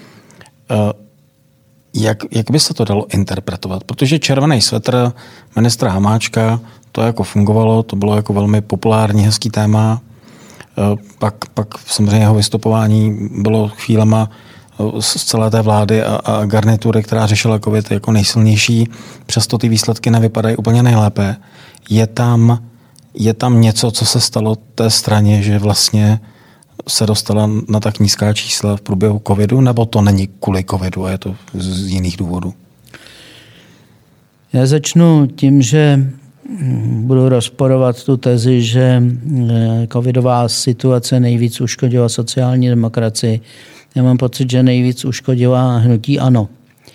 jak by se to dalo interpretovat? Protože červený svetr ministra Hamáčka, to jako fungovalo, to bylo jako velmi populární, hezký téma. Pak samozřejmě jeho vystupování bylo chvílema z celé té vlády a garnitury, která řešila covid jako nejsilnější. Přesto ty výsledky nevypadají úplně nejlépe. Je tam něco, co se stalo té straně, že vlastně se dostala na tak nízká čísla v průběhu covidu, nebo to není kvůli covidu a je to z jiných důvodů? Já začnu tím, že budu rozporovat tu tezi, že covidová situace nejvíc uškodila sociální demokracii. Já mám pocit, že nejvíc uškodila hnutí ANO.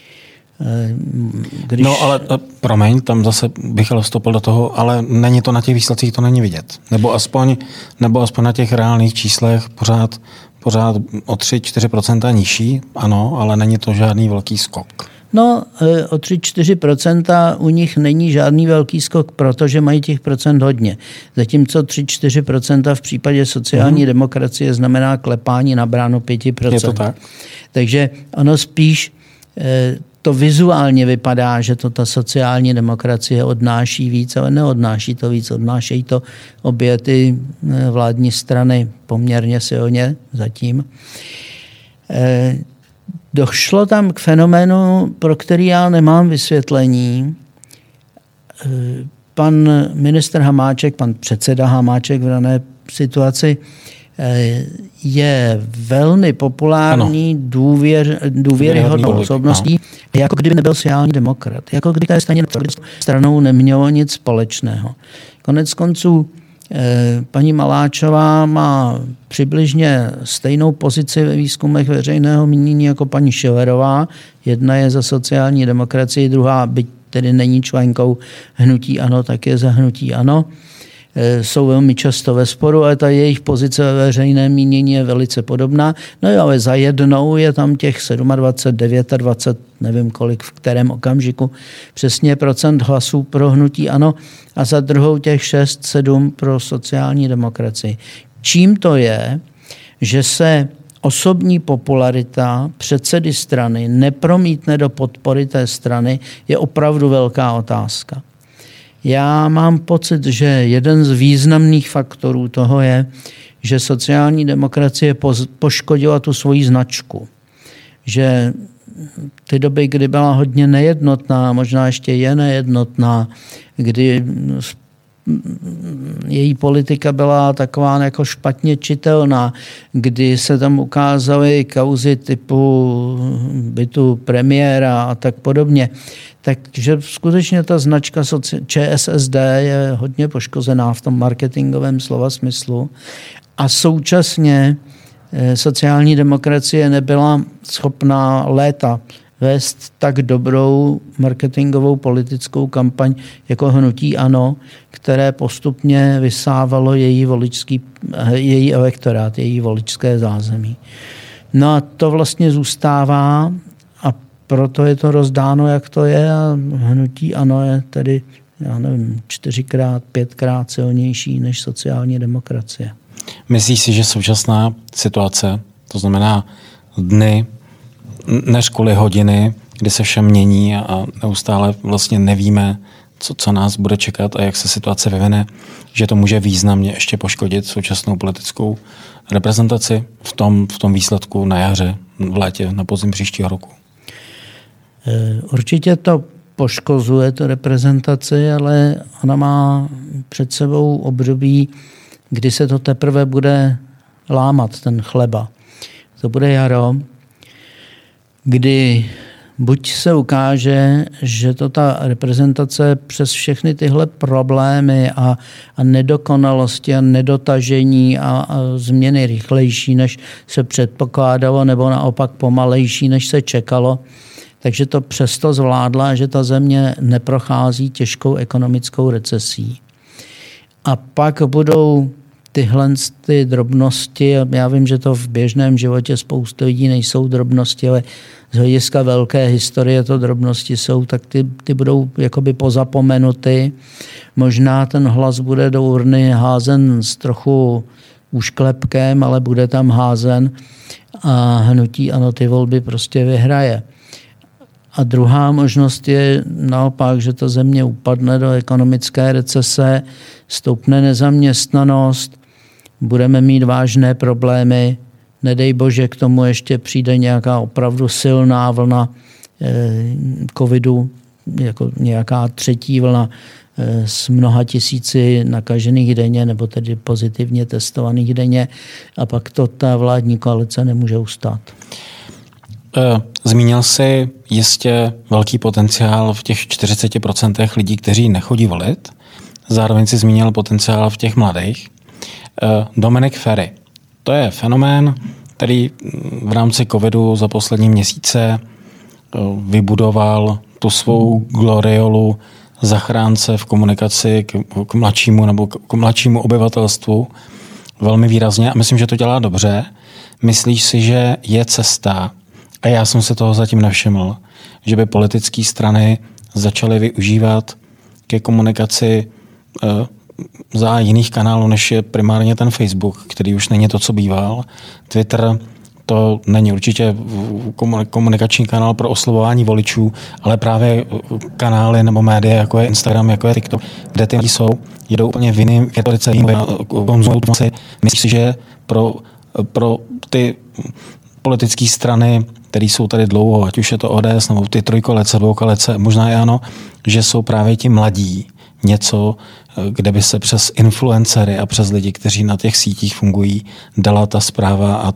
No ale promiň, tam zase bych ale vstoupil do toho, ale není to na těch výsledcích, to není vidět. Nebo aspoň na těch reálných číslech pořád o 3-4% nižší, ano, ale není to žádný velký skok. No, o 3-4% u nich není žádný velký skok, protože mají těch procent hodně. Zatímco 3-4% v případě sociální demokracie znamená klepání na bránu 5%. Je to tak? Takže ono spíš to vizuálně vypadá, že to ta sociální demokracie odnáší víc, ale neodnáší to víc, odnášejí to obě ty vládní strany poměrně silně zatím. Došlo tam k fenoménu, pro který já nemám vysvětlení. Pan ministr Hamáček, pan předseda Hamáček v dané situaci je velmi populární, důvěryhodnou osobností, jako kdyby nebyl sociální demokrat. Jako kdyby té stranou nemělo nic společného. Konec konců paní Maláčová má přibližně stejnou pozici ve výzkumech veřejného mínění jako paní Schillerová. Jedna je za sociální demokracii, druhá, byť tedy není členkou hnutí ANO, tak je za hnutí ANO. jsou velmi často ve sporu, ale ta jejich pozice ve veřejném mínění je velice podobná. No jo, ale za jednou je tam těch 27, 29, nevím kolik, v kterém okamžiku přesně procent hlasů pro hnutí ANO a za druhou těch 6-7 pro sociální demokracii. Čím to je, že se osobní popularita předsedy strany nepromítne do podpory té strany, je opravdu velká otázka. Já mám pocit, že jeden z významných faktorů toho je, že sociální demokracie poškodila tu svoji značku. Že ty doby, kdy byla hodně nejednotná, možná ještě je nejednotná, kdy její politika byla taková jako špatně čitelná, kdy se tam ukázaly kauzy typu bytu premiéra a tak podobně. Takže skutečně ta značka ČSSD je hodně poškozená v tom marketingovém slova smyslu a současně sociální demokracie nebyla schopná léta vést tak dobrou marketingovou politickou kampaň jako hnutí ANO, které postupně vysávalo její elektorát, její voličské zázemí. No a to vlastně zůstává a proto je to rozdáno, jak to je a hnutí ANO je tedy, já nevím, 4x, 5x silnější než sociální demokracie. Myslíš si, že současná situace, to znamená dny, než kvůli hodiny, kdy se vše mění a neustále vlastně nevíme, co nás bude čekat a jak se situace vyvine, že to může významně ještě poškodit současnou politickou reprezentaci v tom výsledku na jaře, v létě, na podzim příštího roku? Určitě to poškozuje tu reprezentaci, ale ona má před sebou období, kdy se to teprve bude lámat, ten chleba. To bude jaro, kdy buď se ukáže, že to ta reprezentace přes všechny tyhle problémy a nedokonalosti a nedotažení a změny rychlejší, než se předpokládalo, nebo naopak pomalejší, než se čekalo, takže to přesto zvládla, že ta země neprochází těžkou ekonomickou recesí. A pak budou tyhle ty drobnosti, já vím, že to v běžném životě spoustu lidí nejsou drobnosti, ale z hlediska velké historie to drobnosti jsou, tak ty budou jakoby pozapomenuty. Možná ten hlas bude do urny házen s trochu úšklepkem, ale bude tam házen a hnutí ANO ty volby prostě vyhraje. A druhá možnost je naopak, že ta země upadne do ekonomické recese, stoupne nezaměstnanost, budeme mít vážné problémy, nedej bože, k tomu ještě přijde nějaká opravdu silná vlna covidu, jako nějaká třetí vlna s mnoha tisíci nakažených denně, nebo tedy pozitivně testovaných denně, a pak to ta vládní koalice nemůže ustát. Zmínil jsi jistě velký potenciál v těch 40% lidí, kteří nechodí volit. Zároveň si zmínil potenciál v těch mladých. Dominik Feri. To je fenomén, který v rámci covidu za poslední měsíce vybudoval tu svou gloriolu zachránce v komunikaci k mladšímu nebo k mladšímu obyvatelstvu velmi výrazně a myslím, že to dělá dobře. Myslíš si, že je cesta, a já jsem se toho zatím nevšiml, že by politické strany začaly využívat ke komunikaci za jiných kanálů, než je primárně ten Facebook, který už není to, co býval. Twitter, to není určitě komunikační kanál pro oslovování voličů, ale právě kanály nebo média, jako je Instagram, jako je TikTok, kde ty lidi jsou, jedou úplně v jiným větorice, konzumují. Myslím si, že pro ty politické strany, které jsou tady dlouho, ať už je to ODS nebo ty trojkolece, dvoukolece, možná i ANO, že jsou právě ti mladí něco, kde by se přes influencery a přes lidi, kteří na těch sítích fungují, dala ta zpráva a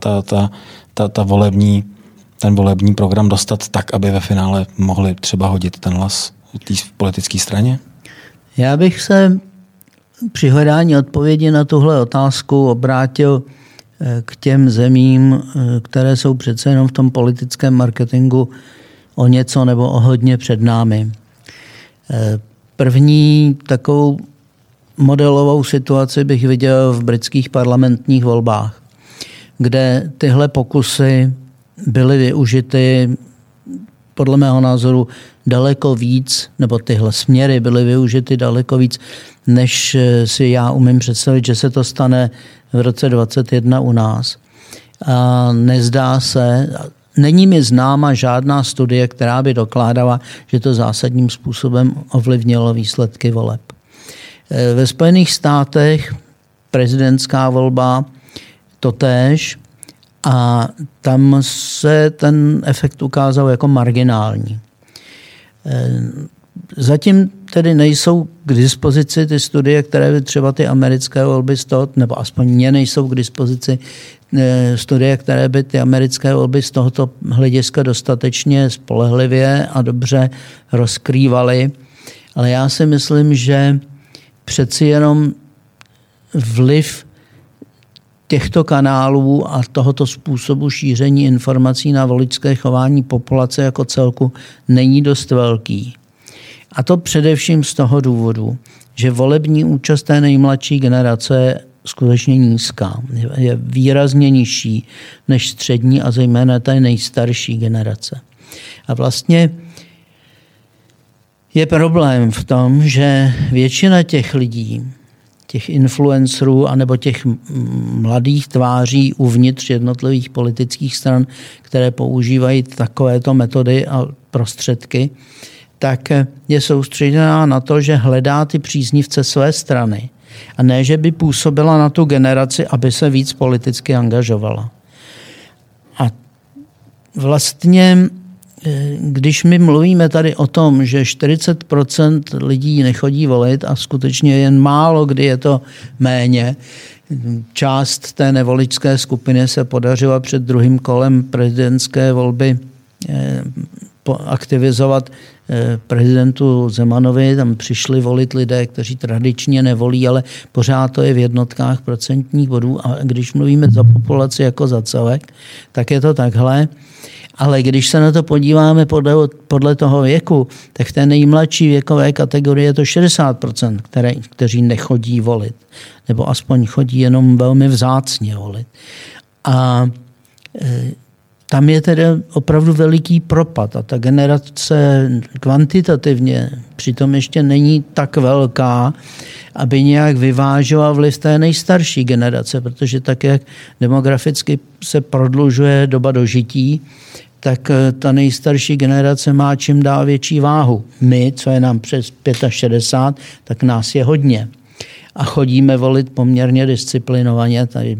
ten volební program dostat tak, aby ve finále mohli třeba hodit ten hlas té politické straně? Já bych se při hledání odpovědi na tuhle otázku obrátil k těm zemím, které jsou přece jenom v tom politickém marketingu o něco nebo o hodně před námi. První takovou modelovou situaci bych viděl v britských parlamentních volbách, kde tyhle pokusy byly využity podle mého názoru daleko víc, nebo tyhle směry byly využity daleko víc, než si já umím představit, že se to stane v roce 2021 u nás. A nezdá se, není mi známa žádná studie, která by dokládala, že to zásadním způsobem ovlivnilo výsledky voleb. Ve Spojených státech prezidentská volba totéž a tam se ten efekt ukázal jako marginální. Zatím tedy nejsou k dispozici ty studie, které by třeba ty americké volby z toho, nebo aspoň mně nejsou k dispozici studie, které by ty americké volby z tohoto hlediska dostatečně spolehlivě a dobře rozkrývaly. Ale já si myslím, že přeci jenom vliv těchto kanálů a tohoto způsobu šíření informací na voličské chování populace jako celku není dost velký. A to především z toho důvodu, že volební účast té nejmladší generace je skutečně nízká. Je výrazně nižší než střední a zejména té nejstarší generace. A vlastně je problém v tom, že většina těch lidí, těch influencerů anebo těch mladých tváří uvnitř jednotlivých politických stran, které používají takovéto metody a prostředky, tak je soustředěná na to, že hledá ty příznivce své strany. A ne, že by působila na tu generaci, aby se víc politicky angažovala. A vlastně, když my mluvíme tady o tom, že 40% lidí nechodí volit a skutečně jen málo kdy je to méně, část té nevoličské skupiny se podařila před druhým kolem prezidentské volby aktivizovat prezidentu Zemanovi, tam přišli volit lidé, kteří tradičně nevolí, ale pořád to je v jednotkách procentních bodů a když mluvíme za populaci jako za celek, tak je to takhle. Ale když se na to podíváme podle toho věku, tak v té nejmladší věkové kategorii je to 60%, kteří nechodí volit. Nebo aspoň chodí jenom velmi vzácně volit. A tam je tedy opravdu veliký propad. A ta generace kvantitativně přitom ještě není tak velká, aby nějak vyvážila vliv té nejstarší generace, protože tak, jak demograficky se prodlužuje doba dožití, tak ta nejstarší generace má čím dál větší váhu. My, co je nám přes 65, tak nás je hodně. A chodíme volit poměrně disciplinovaně, tady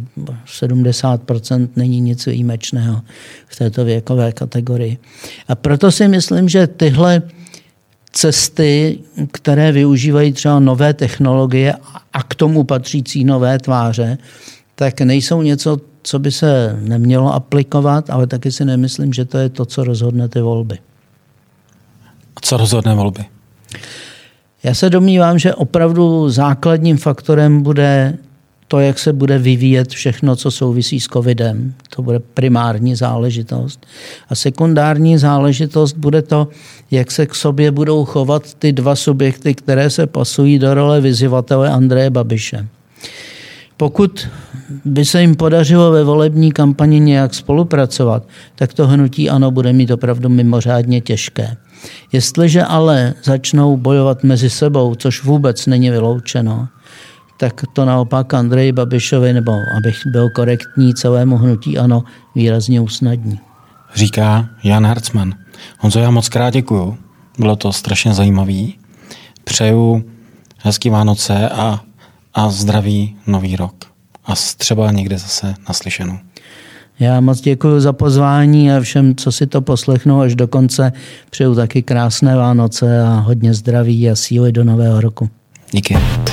70% není nic výjimečného v této věkové kategorii. A proto si myslím, že tyhle cesty, které využívají třeba nové technologie a k tomu patřící nové tváře, tak nejsou něco, co by se nemělo aplikovat, ale taky si nemyslím, že to je to, co rozhodne ty volby. A co rozhodne volby? Já se domnívám, že opravdu základním faktorem bude to, jak se bude vyvíjet všechno, co souvisí s covidem. To bude primární záležitost. A sekundární záležitost bude to, jak se k sobě budou chovat ty dva subjekty, které se pasují do role vyzývatele Andreje Babiše. Pokud by se jim podařilo ve volební kampani nějak spolupracovat, tak to hnutí ANO bude mít opravdu mimořádně těžké. Jestliže ale začnou bojovat mezi sebou, což vůbec není vyloučeno, tak to naopak Andreji Babišovi, nebo abych byl korektní, celému hnutí ANO výrazně usnadní. Říká Jan Hercman. Honzo, já moc krát děkuju. Bylo to strašně zajímavý. Přeju hezký Vánoce a zdravý nový rok. A třeba někde zase naslyšenou. Já moc děkuji za pozvání a všem, co si to poslechnou až do konce. Přeju taky krásné Vánoce a hodně zdraví a síly do nového roku. Díky.